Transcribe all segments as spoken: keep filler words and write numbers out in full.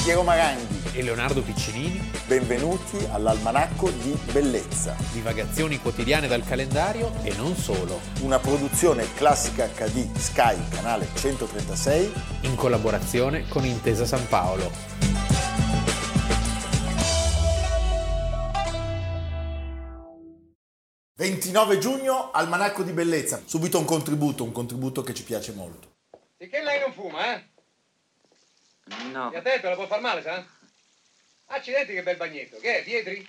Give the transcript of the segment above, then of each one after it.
Piero Maranghi e Leonardo Piccinini. Benvenuti all'Almanacco di Bellezza. Divagazioni quotidiane dal calendario e non solo. Una produzione Classica acca di Sky, canale centotrentasei. In collaborazione con Intesa San Paolo. ventinove giugno, Almanacco di Bellezza. Subito un contributo, un contributo che ci piace molto. E che lei non fuma, eh? No. E a te te la può far male, sa? Accidenti, che bel bagnetto. Che è, Pietri?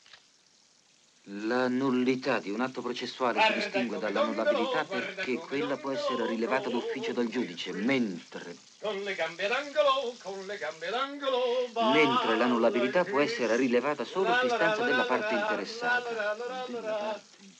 La nullità di un atto processuale si distingue dall'annullabilità perché quella può essere rilevata d'ufficio dal giudice, mentre... Con le gambe d'angolo, con le gambe d'angolo... va. Mentre l'annullabilità può essere rilevata solo su istanza della parte interessata. Della parte interessata.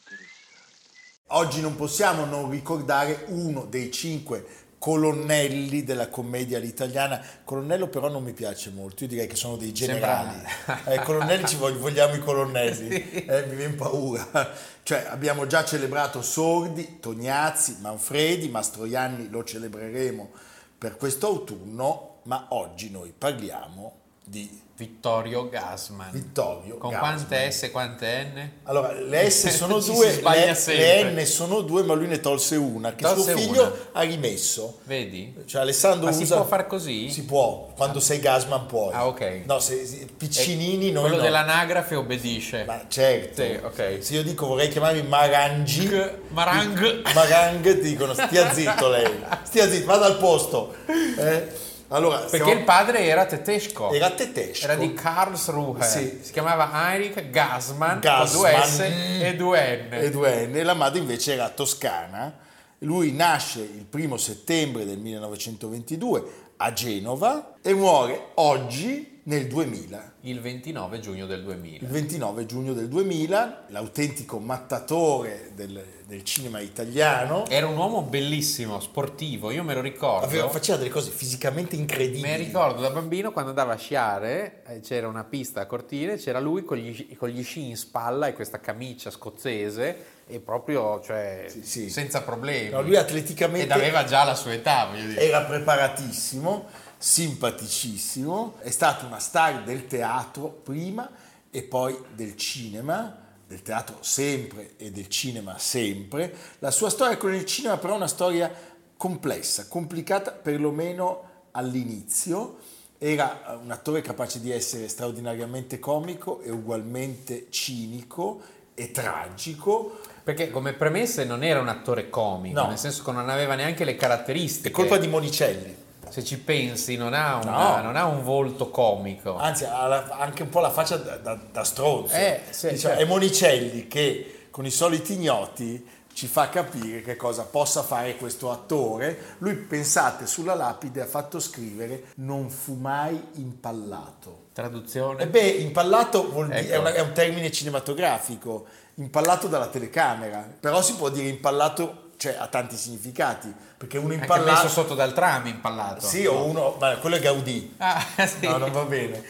Oggi non possiamo non ricordare uno dei cinque colonnelli della commedia all'italiana. Colonnello però non mi piace molto, io direi che sono dei generali. Eh, colonnelli ci voglio, vogliamo i colonnelli, sì. eh, mi viene paura. Cioè abbiamo già celebrato Sordi, Tognazzi, Manfredi, Mastroianni lo celebreremo per questo autunno, ma oggi noi parliamo di Vittorio Gassman. Vittorio Con Gassman. Quante S e quante N? Allora, le S sono Ci due, si sbaglia le, sempre. le N sono due, ma lui ne tolse una, che Tolse suo figlio una. ha rimesso. Vedi? Cioè Alessandro Ma usa... si può far così? Si può, quando sei Gassman puoi. Ah, ok. No, se, se, Piccinini E noi quello no. dell'anagrafe obbedisce. Ma certo. Sì, ok. Se io dico vorrei chiamarmi Marangi, G- Marang. Marang, ti dicono stia zitto lei, stia zitto, vada al posto. Eh? Allora, Perché stiamo... il padre era tedesco. Era tedesco. Era di Karlsruhe. Sì. Si chiamava Heinrich Gassman, Gassman con due S e due N. E due N. La madre invece era toscana. Lui nasce il primo settembre del millenovecentoventidue a Genova e muore oggi nel duemila. Il ventinove giugno del duemila. Il ventinove giugno del duemila, l'autentico mattatore del, del cinema italiano. Era un uomo bellissimo, sportivo, io me lo ricordo. Aveva, faceva delle cose fisicamente incredibili. Me ricordo da bambino quando andava a sciare, eh, c'era una pista a cortile, c'era lui con gli, con gli sci in spalla e questa camicia scozzese e proprio, cioè, sì, sì. senza problemi. No, lui atleticamente... Ed aveva già la sua età, voglio dire. Era preparatissimo, simpaticissimo, è stato una star del teatro prima e poi del cinema, del teatro sempre e del cinema sempre. La sua storia con il cinema però è una storia complessa, complicata perlomeno all'inizio. Era un attore capace di essere straordinariamente comico e ugualmente cinico e tragico. Perché come premesse non era un attore comico, No. nel senso che non aveva neanche le caratteristiche. È colpa di Monicelli. Se ci pensi, non ha, una, No. non ha un volto comico. Anzi, ha la- anche un po' la faccia da, da, da stronzo. Eh, sì, Diciamo, certo. È Monicelli che con i soliti ignoti ci fa capire che cosa possa fare questo attore. Lui, pensate, sulla lapide ha fatto scrivere "non fu mai impallato". Traduzione? E beh, impallato vuol dire, Ecco. è, una- è un termine cinematografico, impallato dalla telecamera, però si può dire impallato, cioè ha tanti significati, perché uno Anche impallato... messo sotto dal tram impallato. Sì, o uno... ma quello è Gaudì. Ah, sì. No, non va bene.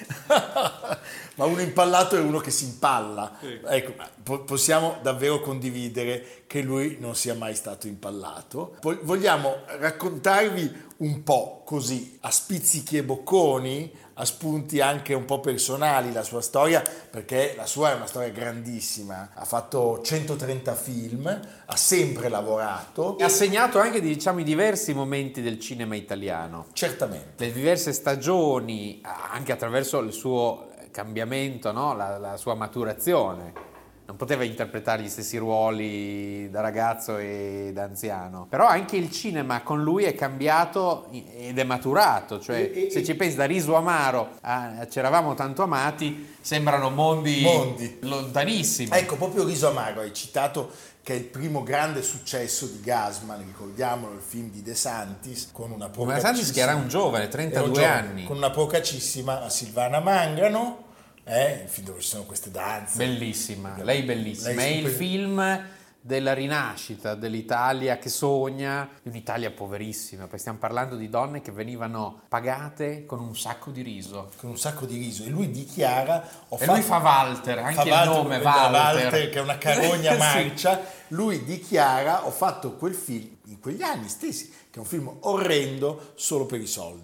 Ma uno impallato è uno che si impalla. Sì. Ecco, po- possiamo davvero condividere che lui non sia mai stato impallato. Vo- vogliamo raccontarvi un po' così, a spizzichi e bocconi, a spunti anche un po' personali, la sua storia, perché la sua è una storia grandissima. Ha fatto centotrenta film, ha sempre lavorato. Ha segnato anche, diciamo, i diversi momenti del cinema italiano. Certamente. Le diverse stagioni, anche attraverso il suo cambiamento, no? la, la sua maturazione. Non poteva interpretare gli stessi ruoli da ragazzo e da anziano. Però anche il cinema con lui è cambiato ed è maturato. Cioè, E- e- se ci pensi, da Riso Amaro a C'eravamo tanto amati, sembrano mondi, Mondi. lontanissimi. Ecco, proprio Riso Amaro, hai citato che è il primo grande successo di Gassman, ricordiamolo, il film di De Santis, con una Come De Santis, che era un giovane, trentadue era un giovane, anni. con una procacissima Silvana Mangano, eh, il film dove ci sono queste danze. Bellissima, lei bellissima. Lei è il super- film della rinascita, dell'Italia che sogna, di un'Italia poverissima, perché stiamo parlando di donne che venivano pagate con un sacco di riso. Con un sacco di riso, e lui dichiara... Ho E fatto- lui fa Walter, anche fa il Walter, nome quella Walter. che è una carogna Sì. marcia. Lui dichiara: ho fatto quel film in quegli anni stessi, che è un film orrendo solo per i soldi.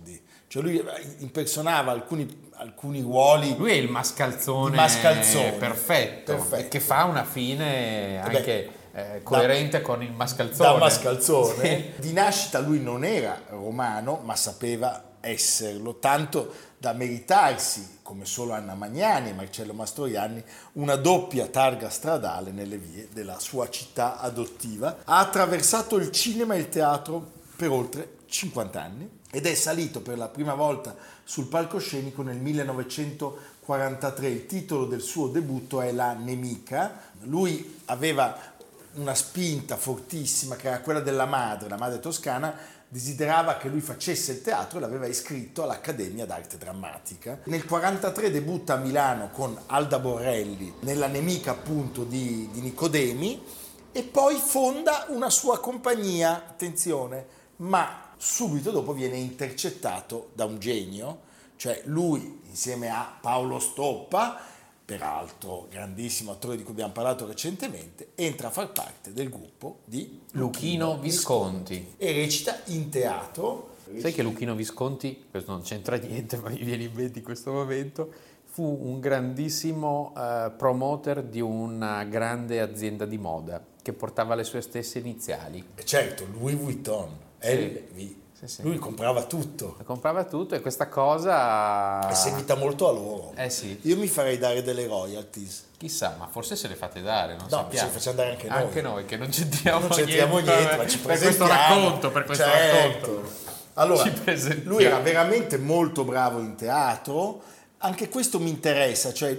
Cioè lui impersonava alcuni, alcuni ruoli. Lui è il mascalzone, mascalzone perfetto, perfetto, che fa una fine anche Beh, eh, coerente da, con il mascalzone. Da mascalzone. Sì. Di nascita lui non era romano, ma sapeva esserlo, tanto da meritarsi, come solo Anna Magnani e Marcello Mastroianni, una doppia targa stradale nelle vie della sua città adottiva. Ha attraversato il cinema e il teatro per oltre cinquanta anni ed è salito per la prima volta sul palcoscenico nel millenovecentoquarantatré. Il titolo del suo debutto è La nemica. Lui aveva una spinta fortissima che era quella della madre, la madre toscana desiderava che lui facesse il teatro e l'aveva iscritto all'Accademia d'Arte Drammatica. Nel quarantatré debutta a Milano con Alda Borrelli nella nemica appunto di, di Nicodemi e poi fonda una sua compagnia, attenzione, ma subito dopo viene intercettato da un genio, cioè lui insieme a Paolo Stoppa, peraltro grandissimo attore di cui abbiamo parlato recentemente, entra a far parte del gruppo di Luchino Visconti e recita in teatro. Sai che Luchino Visconti, questo non c'entra niente, ma mi viene in mente in questo momento, fu un grandissimo uh, promoter di una grande azienda di moda che portava le sue stesse iniziali. E certo, Louis Vuitton, sì. L V. Sì, sì. Lui comprava tutto. Comprava tutto e questa cosa è seguita molto a loro. Eh sì. Io mi farei dare delle royalties. Chissà, ma forse se le fate dare, non no, sappiamo. No, se le facciamo dare anche noi. Anche noi, che non c'entriamo non c'entriamo niente, niente, ma ci per questo racconto, per questo certo. racconto. Allora, lui era veramente molto bravo in teatro, anche questo mi interessa, cioè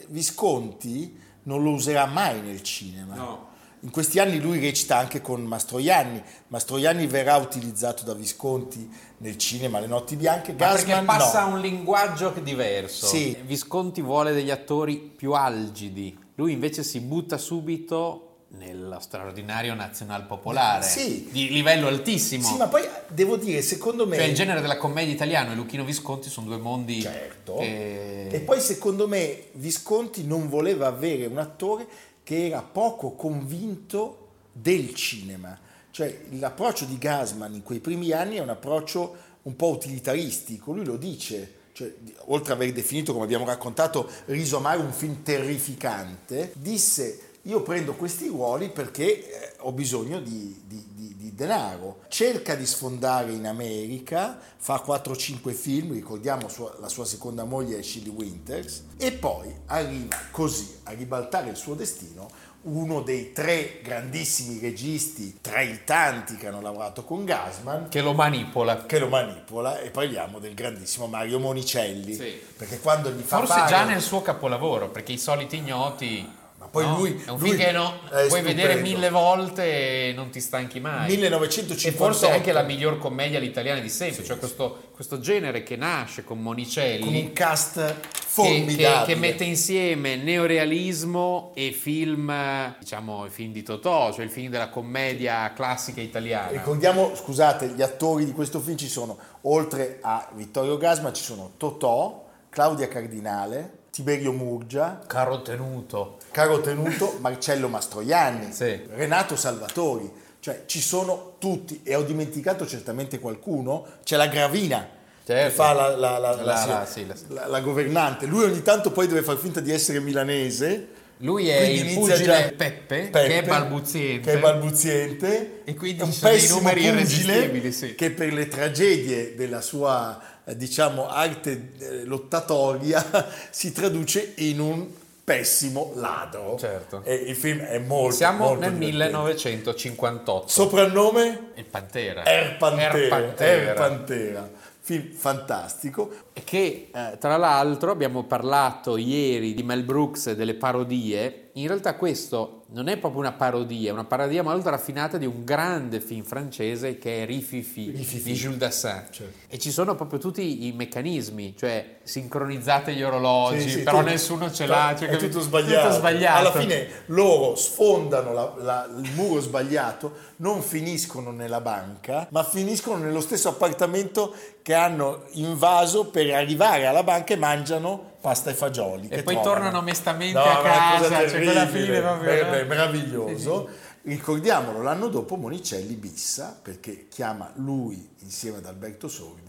Visconti non lo userà mai nel cinema. No. In questi anni lui recita anche con Mastroianni. Mastroianni verrà utilizzato da Visconti nel cinema, Le notti bianche. Gassman, perché passa no. un linguaggio diverso. Sì. Visconti vuole degli attori più algidi. Lui invece si butta subito nello straordinario nazional popolare, sì. di livello altissimo. Sì, ma poi devo dire, secondo me... Cioè il genere della commedia italiana e Luchino Visconti sono due mondi... Certo. Che... E poi secondo me Visconti non voleva avere un attore che era poco convinto del cinema. Cioè l'approccio di Gassman in quei primi anni è un approccio un po' utilitaristico, lui lo dice, cioè, oltre ad aver definito, come abbiamo raccontato, Riso Amaro un film terrificante, disse io prendo questi ruoli perché eh, ho bisogno di, di, di, di denaro. Cerca di sfondare in America, fa quattro cinque film, ricordiamo sua, la sua seconda moglie è Shelley Winters, e poi arriva così a ribaltare il suo destino uno dei tre grandissimi registi tra i tanti che hanno lavorato con Gassman, che lo manipola che lo manipola e parliamo del grandissimo Mario Monicelli, sì. Perché quando gli fa forse fare... già nel suo capolavoro, perché I soliti ignoti... Ma poi no? lui è un lui film che no, puoi stupendo. vedere mille volte e non ti stanchi mai. millenovecentocinquantotto. E forse anche la miglior commedia all'italiana di sempre, sì, cioè questo, questo genere che nasce con Monicelli, con un cast che, formidabile, che, che mette insieme neorealismo e film, diciamo i film di Totò, cioè il film della commedia classica italiana. Ricordiamo, scusate, gli attori di questo film ci sono, oltre a Vittorio Gassman, ci sono Totò, Claudia Cardinale, Tiberio Murgia, Caro Tenuto, Caro Tenuto, Marcello Mastroianni, sì. Renato Salvatori, cioè ci sono tutti, e ho dimenticato certamente qualcuno, c'è la Gravina, certo. che fa la, la, la, la, la, la, sì, la, la, la governante, lui ogni tanto poi deve far finta di essere milanese. Lui è il pugile Peppe, Peppe, che è balbuziente. Che è balbuziente. E quindi è un ci sono dei pessimo numeri pugile irresistibili, sì. Che per le tragedie della sua, eh, diciamo, arte eh, lottatoria si traduce in un pessimo ladro. Certo. E il film è molto Siamo molto nel divertente. millenovecentocinquantotto. Soprannome? Il Pantera. Er Pantera. Er Pantera. Er Pantera. Film fantastico. E che eh, tra l'altro abbiamo parlato ieri di Mel Brooks e delle parodie. In realtà questo non è proprio una parodia, è una parodia molto raffinata di un grande film francese che è Rififi, Rififi. di Jules Dassin. Certo. E ci sono proprio tutti i meccanismi, cioè sincronizzate gli orologi, Sì, sì, però tu- nessuno ce l'ha. Cioè, è tutto sbagliato. tutto sbagliato. Alla fine loro sfondano la- la- il muro sbagliato, non finiscono nella banca, ma finiscono nello stesso appartamento che hanno invaso per arrivare alla banca e mangiano pasta e fagioli. E che poi trovano. tornano onestamente No, a ma è una cosa casa, cioè quella terribile, fine proprio, beh, no? beh, meraviglioso. Sì, sì. Ricordiamolo, l'anno dopo Monicelli bissa, perché chiama lui insieme ad Alberto Sordi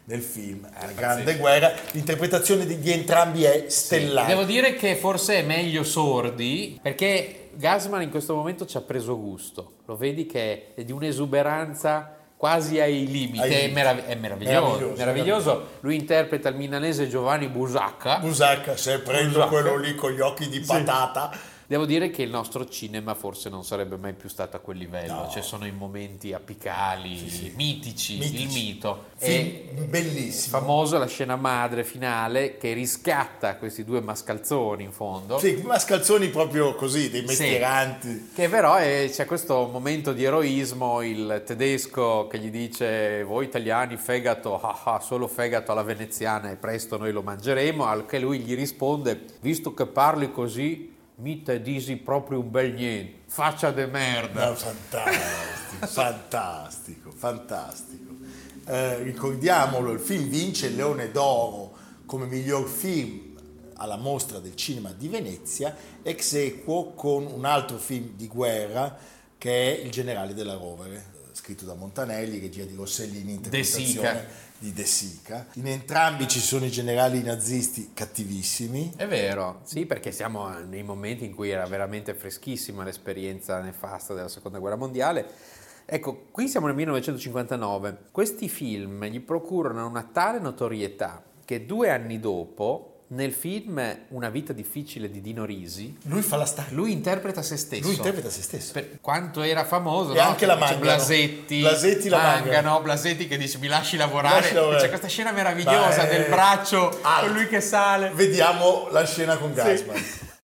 nel film eh, La Grande Guerra. L'interpretazione di, di entrambi è stellare. Sì, devo dire che forse è meglio sordi, perché Gassman in questo momento ci ha preso gusto, lo vedi che è di un'esuberanza quasi ai limiti, Ai è, limiti. merav- è meraviglioso, Meraviglioso, meraviglioso. Lui interpreta il milanese Giovanni Busacca. Busacca, se prendo Busacca. quello lì con gli occhi di patata. Devo dire che il nostro cinema forse non sarebbe mai più stato a quel livello, No. cioè sono i momenti apicali, Sì, sì. mitici, Mitici. il mito. Film È bellissimo. famoso la scena madre finale che riscatta questi due mascalzoni in fondo. Sì, mascalzoni proprio così, dei Sì. mestieranti. Che però è- c'è questo momento di eroismo, il tedesco che gli dice voi italiani fegato, ah, ah, solo fegato alla veneziana e presto noi lo mangeremo, al che lui gli risponde, visto che parli così, mi te disi proprio un bel niente, faccia de merda. No, fantastico, fantastico, fantastico. Eh, ricordiamolo, il film vince il Leone d'Oro come miglior film alla Mostra del Cinema di Venezia, ex aequo con un altro film di guerra che è Il generale della Rovere, scritto da Montanelli, regia di Rossellini, interpretazione De Sica. di De Sica. In entrambi ci sono i generali nazisti cattivissimi. È vero, sì, perché siamo nei momenti in cui era veramente freschissima l'esperienza nefasta della Seconda Guerra Mondiale. Ecco, qui siamo nel millenovecentocinquantanove. Questi film gli procurano una tale notorietà che due anni dopo, nel film Una vita difficile di Dino Risi, Lui fa la star. lui interpreta se stesso. Lui interpreta se stesso. Per quanto era famoso, E no? anche Che la dice Mangano. Blasetti, Blasetti la Mangano, Mangano. Blasetti che dice mi lasci lavorare. Lasci lavorare. E c'è questa scena meravigliosa Ma è- del braccio Ah, con lui che sale. Vediamo la scena con Gassman.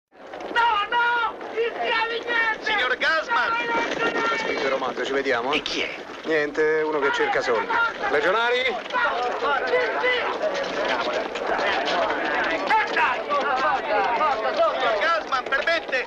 Signor Gassman! Spinge romanzo, ci vediamo? E chi è? Niente, uno che cerca soldi. Legionari? Signor Gassman, permette!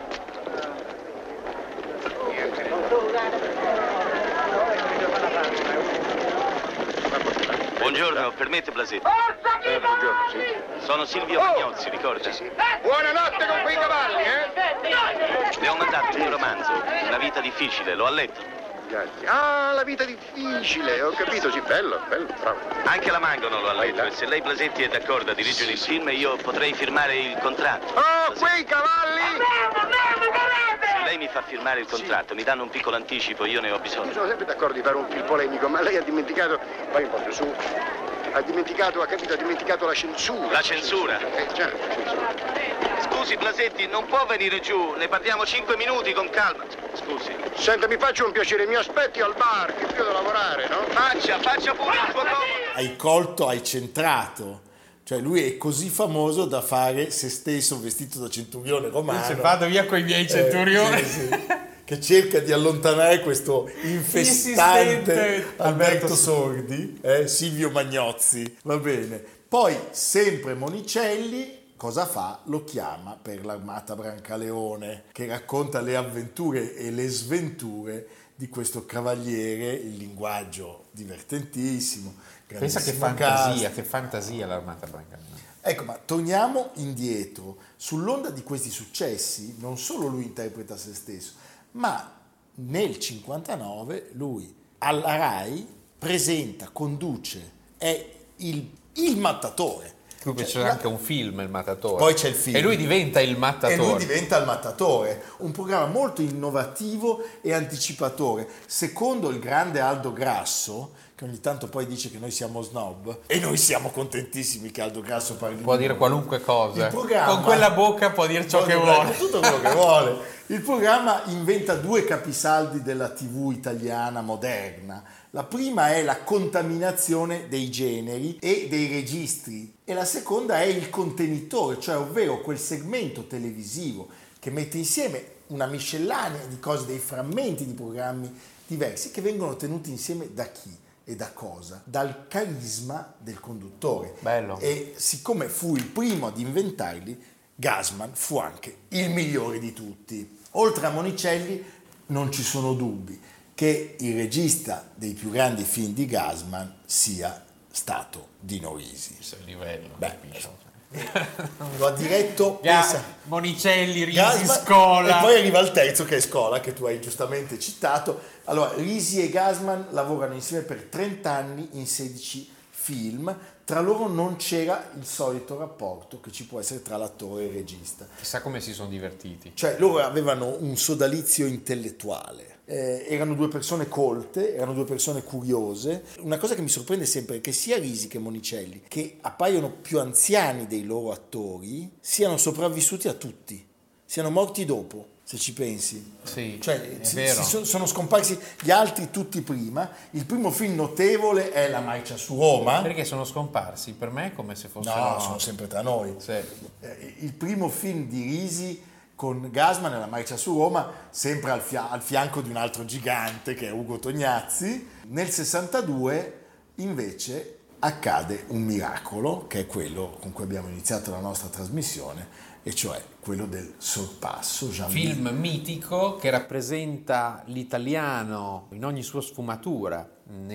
Buongiorno, permette Blasetti. Eh, buongiorno, sì. Sono Silvio Magnozzi, ricorda? Buonanotte con quei cavalli, eh? Le ho mandato il mio romanzo, Una vita difficile, lo ha letto. Grazie. Ah, la vita difficile, ho capito, sì, bello, bello, bravo. Anche la Mangano lo ha letto e se lei Blasetti è d'accordo a dirigere il film io potrei firmare il contratto. Oh, quei cavalli! Se lei mi fa firmare il contratto, mi danno un piccolo anticipo, io ne ho Io bisogno. sono sempre d'accordo di fare un film polemico, ma lei ha dimenticato, vai un po' più su, ha dimenticato, ha capito, ha dimenticato la censura. La censura? Eh, già, la censura. Scusi Blasetti, non può venire giù, ne parliamo cinque minuti con calma. Scusi. Senta, mi faccia un piacere, mi aspetti al bar, che io devo lavorare, no? Faccia, faccia pure il suo comodo. Hai colto, hai centrato. Cioè lui è così famoso da fare se stesso vestito da centurione romano. Dice, vado via con i miei Eh, centurioni. sì, sì. Che cerca di allontanare questo infestante Insistente Alberto Alberto Sordi, eh, Silvio Magnozzi, va bene. Poi sempre Monicelli cosa fa? Lo chiama per l'Armata Brancaleone, che racconta le avventure e le sventure di questo cavaliere, il linguaggio divertentissimo. Pensa che grandissimo fantasia, cast. che fantasia l'Armata Brancaleone. Ecco, ma torniamo indietro. Sull'onda di questi successi, non solo lui interpreta se stesso, ma nel cinquantanove lui alla RAI presenta, conduce, è il, il mattatore. Qui Cioè, c'è la- anche un film, Il Mattatore. Poi c'è il film. E lui diventa il mattatore. E lui diventa il mattatore, un programma molto innovativo e anticipatore. Secondo il grande Aldo Grasso, che ogni tanto poi dice che noi siamo snob, e noi siamo contentissimi che Aldo Grasso parli Può di dire noi. qualunque cosa. Il programma- Con quella bocca può dire ciò Può che dire vuole. tutto quello che vuole. Il programma inventa due capisaldi della tivù italiana moderna. La prima è la contaminazione dei generi e dei registri e la seconda è il contenitore, cioè ovvero quel segmento televisivo che mette insieme una miscellanea di cose, dei frammenti di programmi diversi che vengono tenuti insieme da chi e da cosa? Dal carisma del conduttore. Bello. E siccome fu il primo ad inventarli, Gassman fu anche il migliore di tutti. Oltre a Monicelli non ci sono dubbi che il regista dei più grandi film di Gassman sia stato Dino Risi. Questo è il livello. Beh, capito? Lo ha diretto Ga- pensa, Monicelli, Risi, Gassman, Scola. e poi arriva il terzo che è Scola, che tu hai giustamente citato. Allora, Risi e Gassman lavorano insieme per trenta anni in sedici film, tra loro non c'era il solito rapporto che ci può essere tra l'attore e il regista. Chissà come si sono divertiti. Cioè loro avevano un sodalizio intellettuale, eh, erano due persone colte, erano due persone curiose. Una cosa che mi sorprende sempre è che sia Risi che Monicelli, che appaiono più anziani dei loro attori, siano sopravvissuti a tutti, siano morti dopo. Se ci pensi, sì, cioè, è si, vero. Si sono scomparsi gli altri tutti prima. Il primo film notevole è La marcia su Roma. Perché sono scomparsi? Per me è come se fossero... No, sono sempre tra noi. Sì. Eh, il primo film di Risi con Gassman è La marcia su Roma, sempre al, fia- al fianco di un altro gigante che è Ugo Tognazzi. Nel sessantadue invece accade un miracolo, che è quello con cui abbiamo iniziato la nostra trasmissione, e cioè quello del Sorpasso. Film mitico che rappresenta l'italiano in ogni sua sfumatura,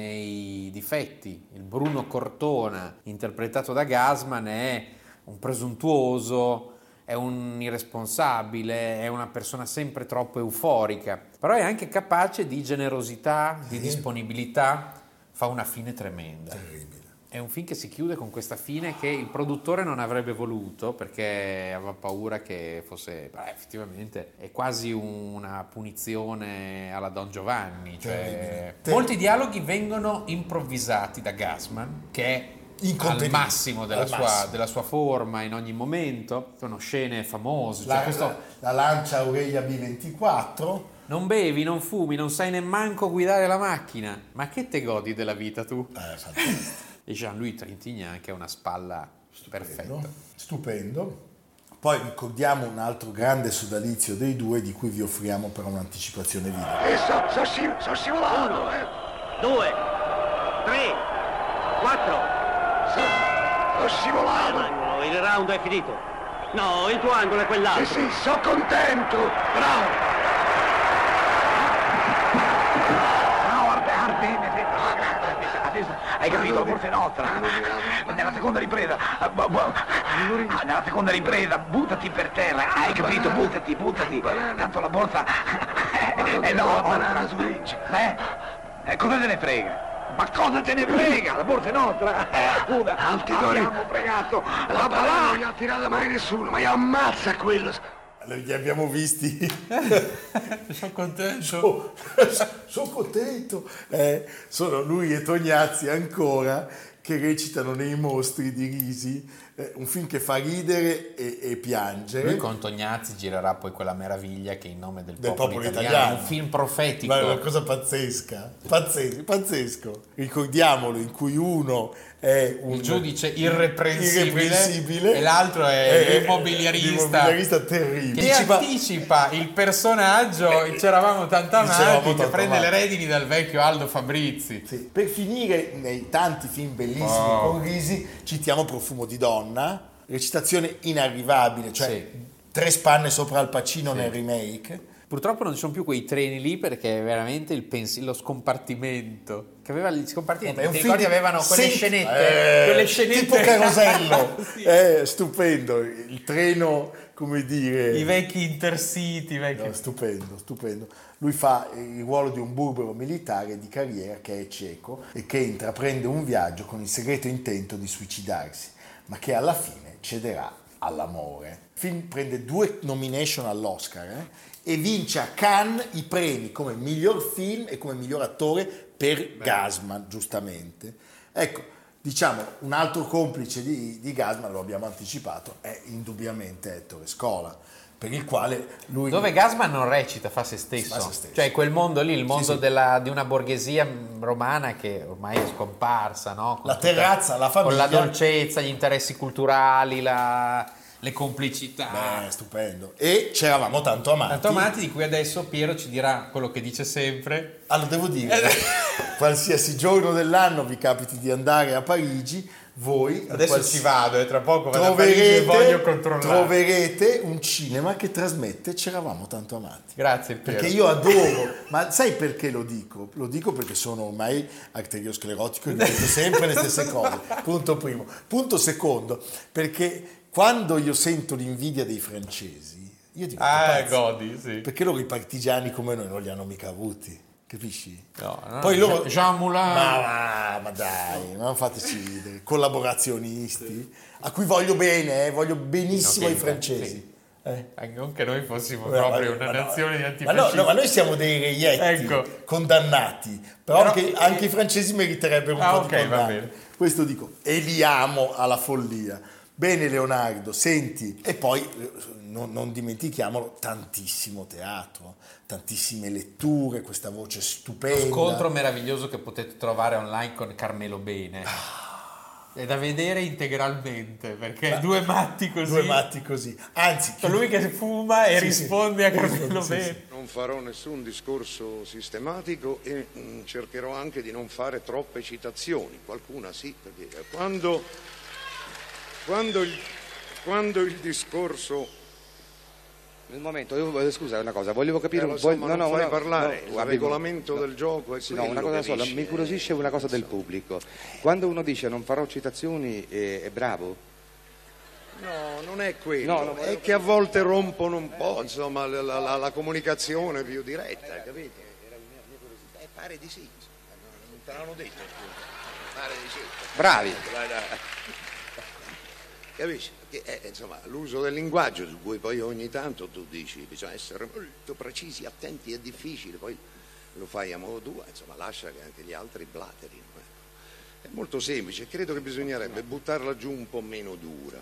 nei difetti. Il Bruno Cortona, interpretato da Gassman, è un presuntuoso, è un irresponsabile, è una persona sempre troppo euforica, però è anche capace di generosità, di disponibilità, fa una fine tremenda. Terribile. È un film che si chiude con questa fine che il produttore non avrebbe voluto perché aveva paura che fosse... Beh, effettivamente è quasi una punizione alla Don Giovanni. Cioè, molti dialoghi vengono improvvisati da Gassman, che è al massimo, della, al sua, massimo della sua forma in ogni momento. Sono scene famose. La, Cioè questo... la, la lancia Aurelia B ventiquattro. Non bevi, non fumi, non sai nemmanco guidare la macchina. Ma che te godi della vita tu? Eh, fantastico. E Jean-Louis Trintignant che ha una spalla Stupendo, perfetta. Stupendo. Poi ricordiamo un altro grande sodalizio dei due, di cui vi offriamo però un'anticipazione video. E so, so, sci- so scivolato, eh. Due, tre, quattro. So, so scivolato. Angolo, il round è finito. No, il tuo angolo è quell'altro. Sì, sì, so contento. Bravo. No, guarda, bene. Adesso hai capito, forse è nostra. Nella seconda ripresa, nella seconda ripresa, buttati per terra. Hai capito? Buttati, buttati. Tanto la borsa è nostra. Eh? Cosa te ne frega? Ma cosa te ne frega? La borsa è nostra. Eh, scusa, abbiamo fregato la balà. Non gli ha tirata mai nessuno, ma gli ammazza quello. Li abbiamo visti. Sono contento. Sono, sono contento. Eh, sono lui e Tognazzi ancora che recitano nei Mostri di Risi, eh, un film che fa ridere e, e piangere. Lui con Tognazzi girerà poi quella meraviglia che è In nome del, del popolo, popolo italiano. italiano, Un film profetico. Ma è una cosa pazzesca, pazzesco, pazzesco. Ricordiamolo, in cui uno è un il giudice irreprensibile, irreprensibile e l'altro è, è l'immobiliarista, l'immobiliarista terribile. Che Anticipa... anticipa il personaggio, eh, c'eravamo tanto amanti, che prende le redini dal vecchio Aldo Fabrizi. Sì. Per finire, nei tanti film bellissimi Oh. con Risi, citiamo Profumo di donna, recitazione inarrivabile, cioè Sì. tre spanne sopra Al Pacino Sì. nel remake. Purtroppo non ci sono più quei treni lì perché è veramente il pens- lo scompartimento che aveva gli scompartimenti. Vabbè, è un Ti film ricordi di- avevano quelle Senti- scenette, eh, quelle scenette tipo Carosello. Sì. È stupendo, il treno, come dire, I vecchi Intercity, i vecchi... no, stupendo, stupendo. Lui fa il ruolo di un burbero militare di carriera che è cieco e che intraprende un viaggio con il segreto intento di suicidarsi, ma che alla fine cederà all'amore. Il film prende due nomination all'Oscar eh, e vince a Cannes i premi come miglior film e come miglior attore per Gassman, giustamente. Ecco, diciamo, un altro complice di, di Gassman, lo abbiamo anticipato, è indubbiamente Ettore Scola, per il quale lui... Dove Gassman non recita, fa se stesso. Fa se stesso. Cioè quel mondo lì, il mondo Sì, sì. Della, di una borghesia romana che ormai è scomparsa, no? Con La tutta- terrazza, la famiglia. Con la dolcezza, gli interessi culturali, la- le complicità. Beh, stupendo. E c'eravamo tanto amati. Tanto amati, di cui adesso Piero ci dirà quello che dice sempre. Allora, devo dire, qualsiasi giorno dell'anno vi capiti di andare a Parigi, voi Adesso quals- ci vado e tra poco vado a Parigi e voglio controllare. troverete un cinema che trasmette C'eravamo tanto amati. Grazie Piero. Perché io adoro, ma sai perché lo dico? Lo dico perché sono ormai arteriosclerotico e ripeto sempre le stesse cose. Punto primo. Punto secondo, perché quando io sento l'invidia dei francesi, io dico Ah, pazzo, godi, sì. perché loro i partigiani come noi non li hanno mica avuti. capisci? No, no, Poi loro Jean Moulin. Ma, ma, ma dai, non fateci ridere. Collaborazionisti a cui voglio bene, eh, voglio benissimo No, ai francesi. sì. Eh. Anche noi fossimo No, proprio ma- una ma no, nazione di ma, antifascisti. no, no, ma noi siamo dei reietti Ecco. condannati, però, Però- anche, anche i francesi meriterebbero un Ah, po' ok, di va condanna. bene. Questo dico, e li amo alla follia. Bene Leonardo, senti, e poi eh, non, non dimentichiamolo, tantissimo teatro, tantissime letture, questa voce stupenda. Scontro meraviglioso che potete trovare online con Carmelo Bene. È da vedere integralmente, perché Ma- due matti così. Due matti così. Anzi, C'è lui che fuma e Sì, risponde sì. a Carmelo Sì, Bene. sì. Non farò nessun discorso sistematico e mm, cercherò anche di non fare troppe citazioni, qualcuna sì, perché quando, quando, il, quando il discorso... Un momento, io, scusa una cosa, volevo capire Eh, lo un so, po'. ma no, non no, fai no, parlare, no, il guardi, regolamento no. del gioco è Sì, no, quello, una cosa sola, capisci? mi incuriosisce una cosa del pubblico. Quando uno dice non farò citazioni, è, è bravo? No, non è quello, No, no, è che a volte rompono un po', insomma, la, la- la- la comunicazione più diretta, capito? Eh, pare di sì, insomma, non te l'hanno detto, scusa. Pare di sì. Bravi. Dai, dai. Capisci? Che è, insomma, l'uso del linguaggio su cui poi ogni tanto tu dici bisogna essere molto precisi, attenti, è difficile, poi lo fai a modo tuo, insomma, lascia che anche gli altri blaterino. eh. È molto semplice, credo che bisognerebbe buttarla giù un po' meno dura.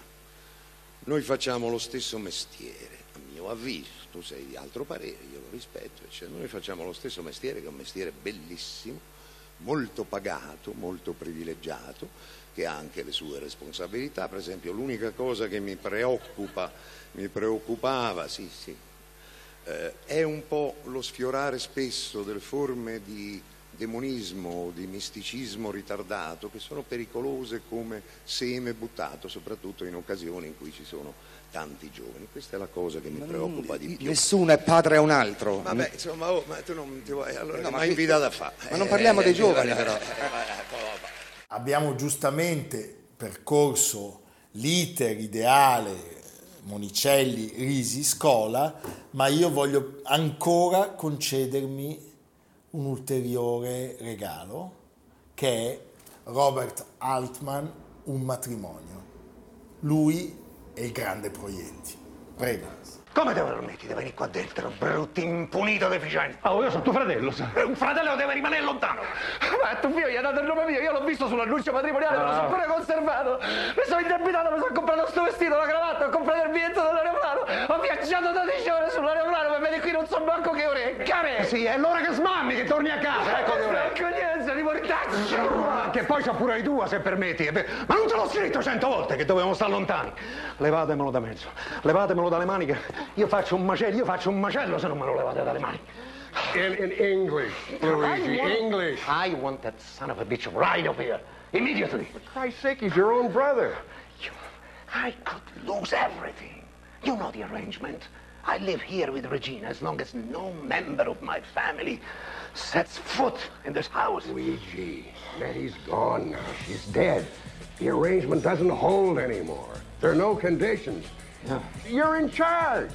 Noi facciamo lo stesso mestiere, a mio avviso, tu sei di altro parere, io lo rispetto, cioè, noi facciamo lo stesso mestiere che è un mestiere bellissimo, molto pagato, molto privilegiato, che ha anche le sue responsabilità. Per esempio, l'unica cosa che mi preoccupa, mi preoccupava, sì, sì, eh, è un po' lo sfiorare spesso delle forme di demonismo o di misticismo ritardato che sono pericolose come seme buttato, soprattutto in occasioni in cui ci sono tanti giovani. Questa è la cosa che mi preoccupa di più. Nessuno è padre a un altro. Vabbè, insomma, oh, ma tu non ti vuoi, allora No, no, ma mi hai qui- invitato a fare. Ma non parliamo dei giovani, eh, però. eh, eh, abbiamo giustamente percorso l'iter ideale Monicelli, Risi, Scola, ma io voglio ancora concedermi un ulteriore regalo che è Robert Altman, Un matrimonio. Lui e il grande Proietti. Prego. Come te lo permetti di venire qua dentro, brutto, impunito, deficiente? Oh, io sono tuo fratello, sai. Un fratello deve rimanere lontano. Ma tuo figlio gli ha dato il nome mio, io l'ho visto sull'annuncio matrimoniale, me lo sono pure conservato. Mi sono indebitato, mi sono comprato sto vestito, la cravatta, ho comprato il biglietto dell'aeroplano. Ho viaggiato dodici ore sull'aeroplano, ma vedi qui non so manco che ore è. Care! Sì, è l'ora che smammi, che torni a casa, ecco che ore. Accoglienza di mortaccio! Che poi c'ha pure di tua, se permetti. Ma non te l'ho scritto cento volte che dovevamo stare lontani. Levatemelo da mezzo, levatemelo dalle maniche. Io faccio un macello, io faccio un macello se non me lo levate dalle mani. In, in English, Luigi, I want, English. I want that son of a bitch right up here, immediately. For Christ's sake, he's your own brother. You, I could lose everything. You know the arrangement. I live here with Regina as long as no member of my family sets foot in this house. Luigi, Maddie's gone now. She's dead. The arrangement doesn't hold anymore. There are no conditions. Yeah. You're in charge.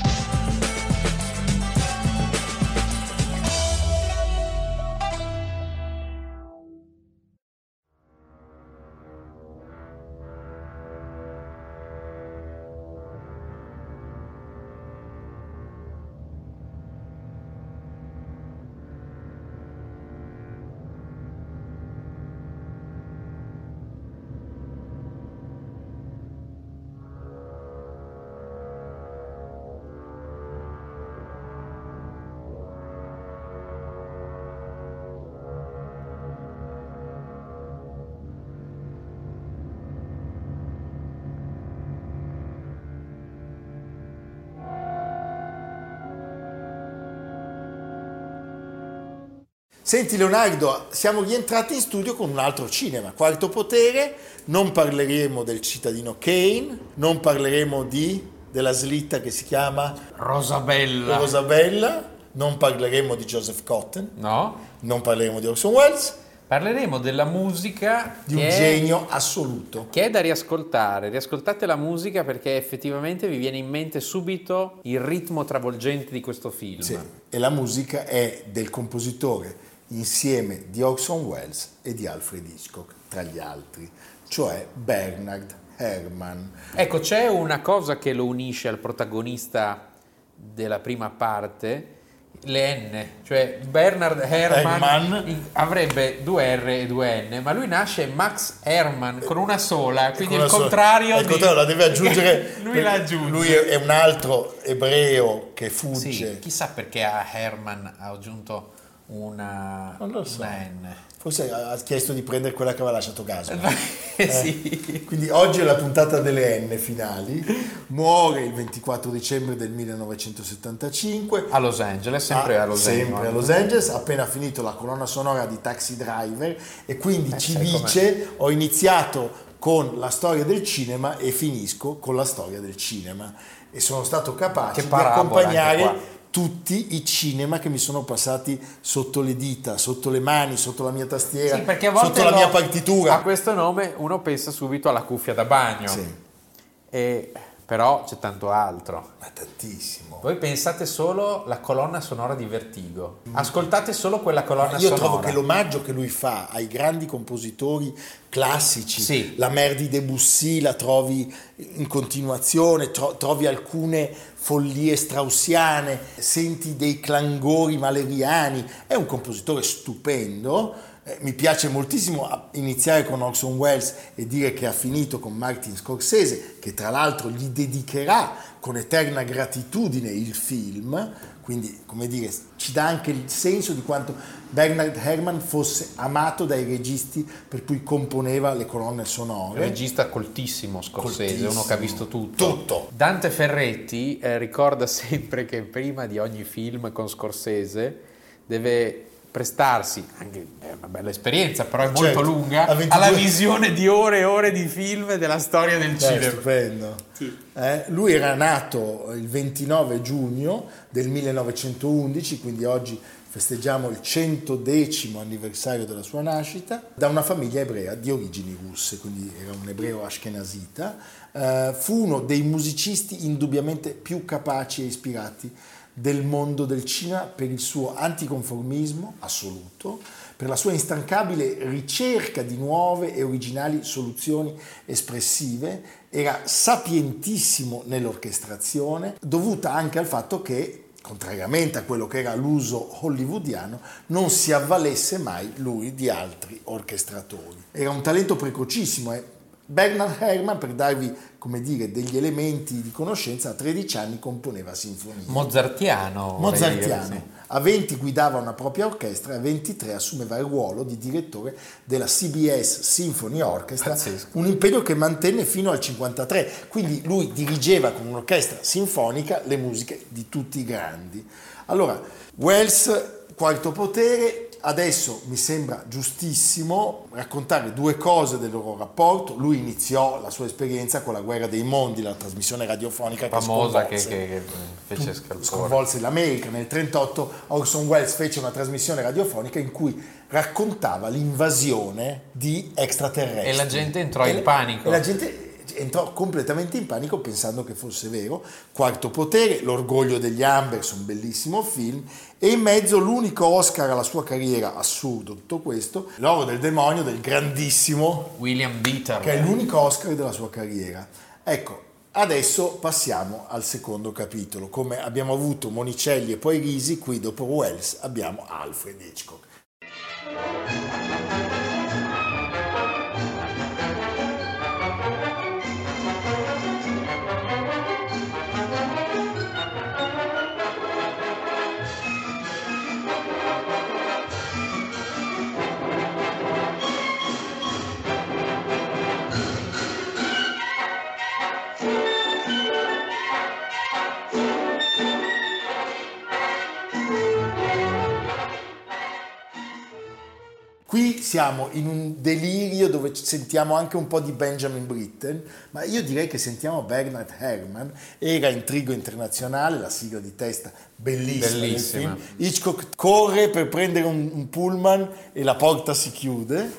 Senti Leonardo, siamo rientrati in studio con un altro cinema, Quarto Potere. Non parleremo del cittadino Kane, non parleremo di, della slitta che si chiama Rosabella. Rosabella, non parleremo di Joseph Cotten, No? non parleremo di Orson Welles, Parleremo della musica di un che genio è, assoluto. Che è da riascoltare. Riascoltate la musica perché effettivamente vi viene in mente subito il ritmo travolgente di questo film. Sì. E la musica è del compositore insieme di Orson Welles e di Alfred Hitchcock, tra gli altri, cioè Bernard Herrmann. Ecco, c'è una cosa che lo unisce al protagonista della prima parte, le N, cioè Bernard Herrmann, Herrmann. avrebbe due R e due N, ma lui nasce Max Herrmann con una sola, quindi Con il la contrario, sola, di... il contrario la deve aggiungere. lui la aggiunge. Lui è un altro ebreo che fugge. Sì, chissà perché a Herrmann ha aggiunto una, non lo so. una N. Forse ha chiesto di prendere quella che aveva lasciato casa. eh, sì. Quindi oggi è la puntata delle N finali. Muore il ventiquattro dicembre del millenovecentosettantacinque a Los Angeles, sempre a, a Los sempre Angeles. a Los Angeles, appena finito la colonna sonora di Taxi Driver, e quindi eh, ci dice: ho iniziato con la storia del cinema e finisco con la storia del cinema, e sono stato capace di accompagnare tutti i cinema che mi sono passati sotto le dita, sotto le mani, sotto la mia tastiera, sì, perché a volte sotto la mia partitura. A questo nome uno pensa subito alla cuffia da bagno, sì. E però c'è tanto altro. Ma tantissimo. Voi pensate solo alla colonna sonora di Vertigo, ascoltate solo quella colonna Io sonora. Io trovo che l'omaggio che lui fa ai grandi compositori classici, sì. la Mer di Debussy la trovi in continuazione, tro- trovi alcune follie straussiane, senti dei clangori maleriani, è un compositore stupendo. Mi piace moltissimo iniziare con Orson Welles e dire che ha finito con Martin Scorsese, che tra l'altro gli dedicherà con eterna gratitudine il film, quindi come dire ci dà anche il senso di quanto Bernard Herrmann fosse amato dai registi per cui componeva le colonne sonore. Regista coltissimo Scorsese, coltissimo. Uno che ha visto tutto. Tutto. Dante Ferretti eh, ricorda sempre che prima di ogni film con Scorsese deve prestarsi, anche è una bella esperienza, però è certo, molto lunga, ventidue alla visione di ore e ore di film della storia del Beh, cinema. Stupendo. Sì. Eh, lui era nato il ventinove giugno del millenovecentoundici, quindi oggi festeggiamo il centodecimo anniversario della sua nascita, da una famiglia ebrea di origini russe, quindi era un ebreo ashkenazita. Eh, fu uno dei musicisti indubbiamente più capaci e ispirati del mondo del cinema per il suo anticonformismo assoluto, per la sua instancabile ricerca di nuove e originali soluzioni espressive. Era sapientissimo nell'orchestrazione, dovuta anche al fatto che, contrariamente a quello che era l'uso hollywoodiano, non si avvalesse mai lui di altri orchestratori. Era un talento precocissimo. Eh. Bernard Herrmann, per darvi, come dire, degli elementi di conoscenza, a tredici anni componeva sinfonie. Mozartiano. Mozartiano. Dire, sì. A venti guidava una propria orchestra, a ventitré assumeva il ruolo di direttore della C B S Symphony Orchestra, Pazzesco. Un impegno che mantenne fino al cinquantatré. Quindi lui dirigeva con un'orchestra sinfonica le musiche di tutti i grandi. Allora, Welles, quarto potere. Adesso mi sembra giustissimo raccontare due cose del loro rapporto. Lui iniziò la sua esperienza con La Guerra dei Mondi, la trasmissione radiofonica famosa che, che, che, che fece scalpore. Sconvolse l'America. Nel trentotto Orson Welles fece una trasmissione radiofonica in cui raccontava l'invasione di extraterrestri. E la gente entrò e in le, panico. E la gente entrò completamente in panico pensando che fosse vero. Quarto potere, L'orgoglio degli Amberson, bellissimo film, e in mezzo l'unico Oscar alla sua carriera, assurdo tutto questo, L'oro del demonio del grandissimo William Dieter, che è l'unico Oscar della sua carriera. Ecco, adesso passiamo al secondo capitolo. Come abbiamo avuto Monicelli e poi Risi, qui dopo Welles abbiamo Alfred Hitchcock. Qui siamo in un delirio dove sentiamo anche un po' di Benjamin Britten, ma io direi che sentiamo Bernard Herrmann. Era Intrigo Internazionale, la sigla di testa bellissima, Bellissima. del film. Hitchcock corre per prendere un, un pullman e la porta si chiude,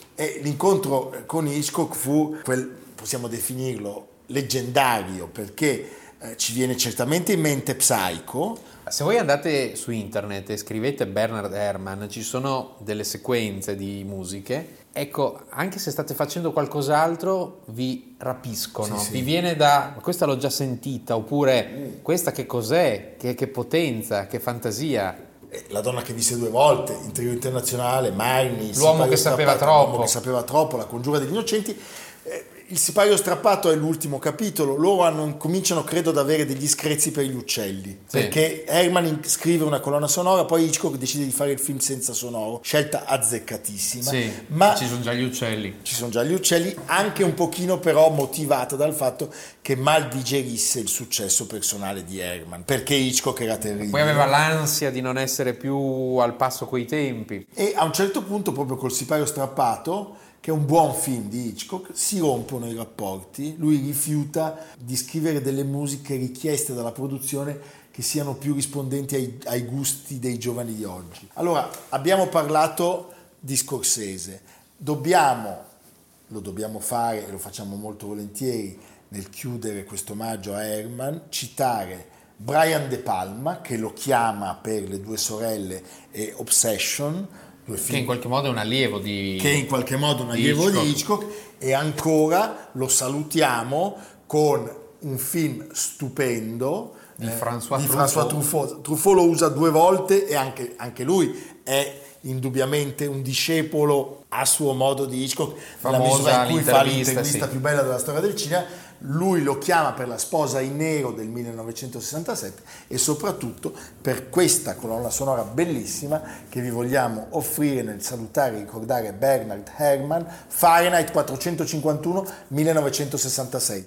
e l'incontro con Hitchcock fu quel, possiamo definirlo, leggendario, perché eh, ci viene certamente in mente Psycho. Se voi andate su internet e scrivete Bernard Herrmann, ci sono delle sequenze di musiche. Ecco, anche se state facendo qualcos'altro, vi rapiscono. Sì, sì. Vi viene da questa l'ho già sentita, oppure questa che cos'è, che, che potenza, che fantasia. La donna che visse due volte, Intrigo Internazionale, Marni, L'uomo che sapeva troppo. L'uomo che sapeva troppo, La congiura degli innocenti. Il sipario strappato è l'ultimo capitolo. Loro hanno, cominciano, credo, ad avere degli screzi per gli uccelli, sì. Perché Herrmann scrive una colonna sonora, poi Hitchcock decide di fare il film senza sonoro, scelta azzeccatissima. Sì, ma ci sono già gli uccelli. Ci sono già gli uccelli, anche un pochino però motivata dal fatto che mal digerisse il successo personale di Herrmann, perché Hitchcock era terribile. Poi aveva l'ansia di non essere più al passo coi tempi. E a un certo punto, proprio col sipario strappato, che è un buon film di Hitchcock, si rompono i rapporti. Lui rifiuta di scrivere delle musiche richieste dalla produzione che siano più rispondenti ai, ai gusti dei giovani di oggi. Allora, abbiamo parlato di Scorsese. Dobbiamo, lo dobbiamo fare e lo facciamo molto volentieri nel chiudere questo omaggio a Herrmann, citare Brian De Palma, che lo chiama per Le due sorelle e Obsession, che in qualche modo è un allievo di che in qualche modo è un allievo Hitchcock. di Hitchcock, e ancora lo salutiamo con un film stupendo di eh, François, di Truffaut. François Truffaut. Truffaut lo usa due volte e anche, anche lui è indubbiamente un discepolo a suo modo di Hitchcock, nella misura in cui fa l'intervista sì. più bella della storia del cinema. Lui lo chiama per La sposa in nero del millenovecentosessantasette e soprattutto per questa colonna sonora bellissima che vi vogliamo offrire nel salutare e ricordare Bernard Herrmann, Fahrenheit quattrocentocinquantuno millenovecentosessantasei.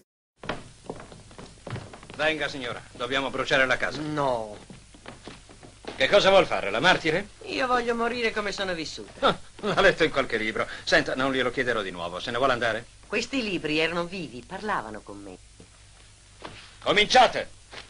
Venga signora, dobbiamo bruciare la casa. No. Che cosa vuol fare, la martire? Io voglio morire come sono vissuta. Ah, l'ha letto in qualche libro. Senta, non glielo chiederò di nuovo. Se ne vuole andare? Questi libri erano vivi, parlavano con me. Cominciate!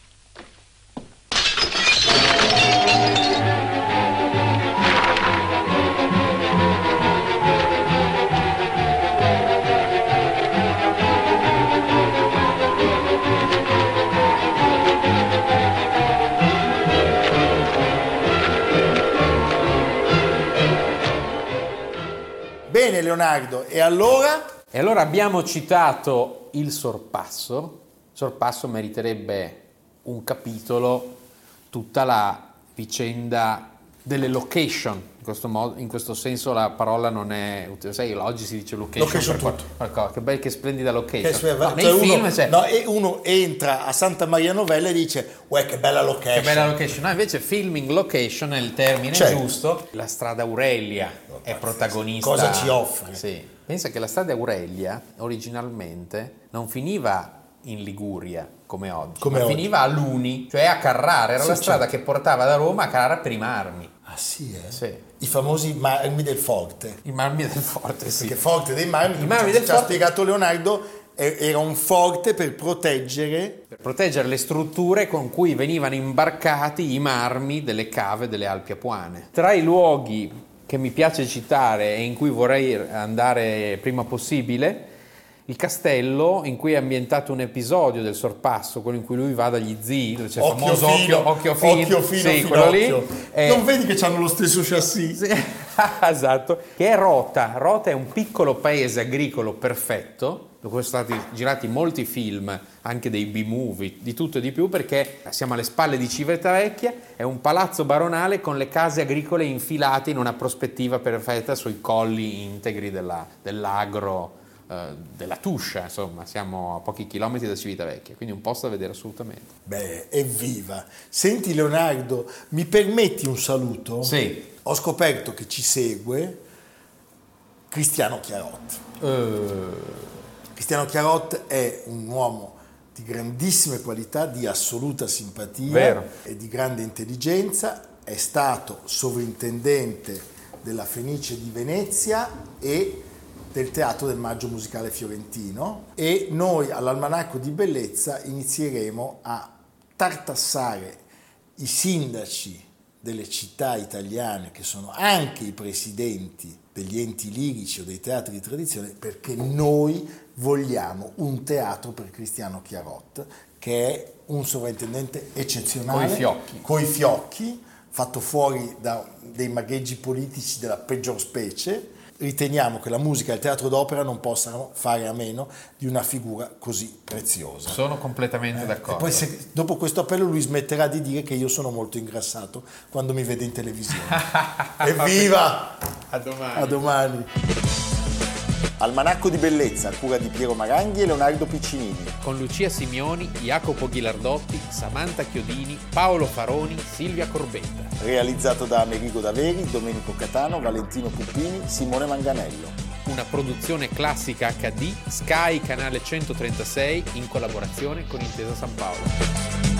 Bene Leonardo, e allora? E allora abbiamo citato Il Sorpasso. Sorpasso meriterebbe un capitolo, tutta la vicenda delle location. In questo, modo, in questo senso la parola non è utile. Sai, oggi si dice location, location per tutto. Qualcosa. Che bella, che splendida location. Che no, nei cioè film uno, c'è... no, e uno entra a Santa Maria Novella e dice uè che bella location. Che bella location. No, invece filming location è il termine Certo. giusto. La strada Aurelia è protagonista. Cosa ci offre? Sì. Pensa che la strada Aurelia originalmente non finiva in Liguria come oggi, Come ma oggi. finiva a Luni, cioè a Carrara. Era Sì, la strada certo. che portava da Roma a Carrara per i marmi. Ah sì, eh? Sì. I famosi marmi del forte. I marmi del forte, sì. Perché forte dei marmi, I marmi ci del ha forte- spiegato Leonardo, e- era un forte per proteggere. Per proteggere le strutture con cui venivano imbarcati i marmi delle cave delle Alpi Apuane. Tra i luoghi che mi piace citare e in cui vorrei andare prima possibile, il castello in cui è ambientato un episodio del Sorpasso, quello in cui lui va dagli zii, dove c'è il Occhio famoso fino, occhio, occhio fino, occhio fino, sì, fino, quello lì. occhio. Eh, Non vedi che hanno lo stesso chassis? Sì, esatto, che è Rota. Rota è un piccolo paese agricolo perfetto, dove sono stati girati molti film, anche dei B-movie, di tutto e di più, perché siamo alle spalle di Civitavecchia, è un palazzo baronale con le case agricole infilate in una prospettiva perfetta sui colli integri della, dell'agro, eh, della Tuscia, insomma, siamo a pochi chilometri da Civitavecchia, quindi un posto da vedere assolutamente. Beh, evviva! Senti Leonardo, mi permetti un saluto? Sì. Ho scoperto che ci segue Cristiano Chiarot. Uh. Cristiano Chiarot è un uomo di grandissime qualità, di assoluta simpatia Vero. e di grande intelligenza. È stato sovrintendente della Fenice di Venezia e del Teatro del Maggio Musicale Fiorentino, e noi all'Almanacco di Bellezza inizieremo a tartassare i sindaci delle città italiane, che sono anche i presidenti degli enti lirici o dei teatri di tradizione, perché noi vogliamo un teatro per Cristiano Chiarot, che è un sovrintendente eccezionale, coi fiocchi, coi fiocchi fatto fuori da dei magheggi politici della peggior specie. Riteniamo che la musica e il teatro d'opera non possano fare a meno di una figura così preziosa. Sono completamente eh, d'accordo. E poi se, dopo questo appello lui smetterà di dire che io sono molto ingrassato quando mi vede in televisione. Evviva! A domani! A domani! Almanacco di Bellezza, a cura di Piero Maranghi e Leonardo Piccinini. Con Lucia Simioni, Jacopo Ghilardotti, Samantha Chiodini, Paolo Faroni, Silvia Corbetta. Realizzato da Amerigo Daveri, Domenico Catano, Valentino Puppini, Simone Manganello. Una produzione classica acca di Sky Canale centotrentasei in collaborazione con Intesa San Paolo.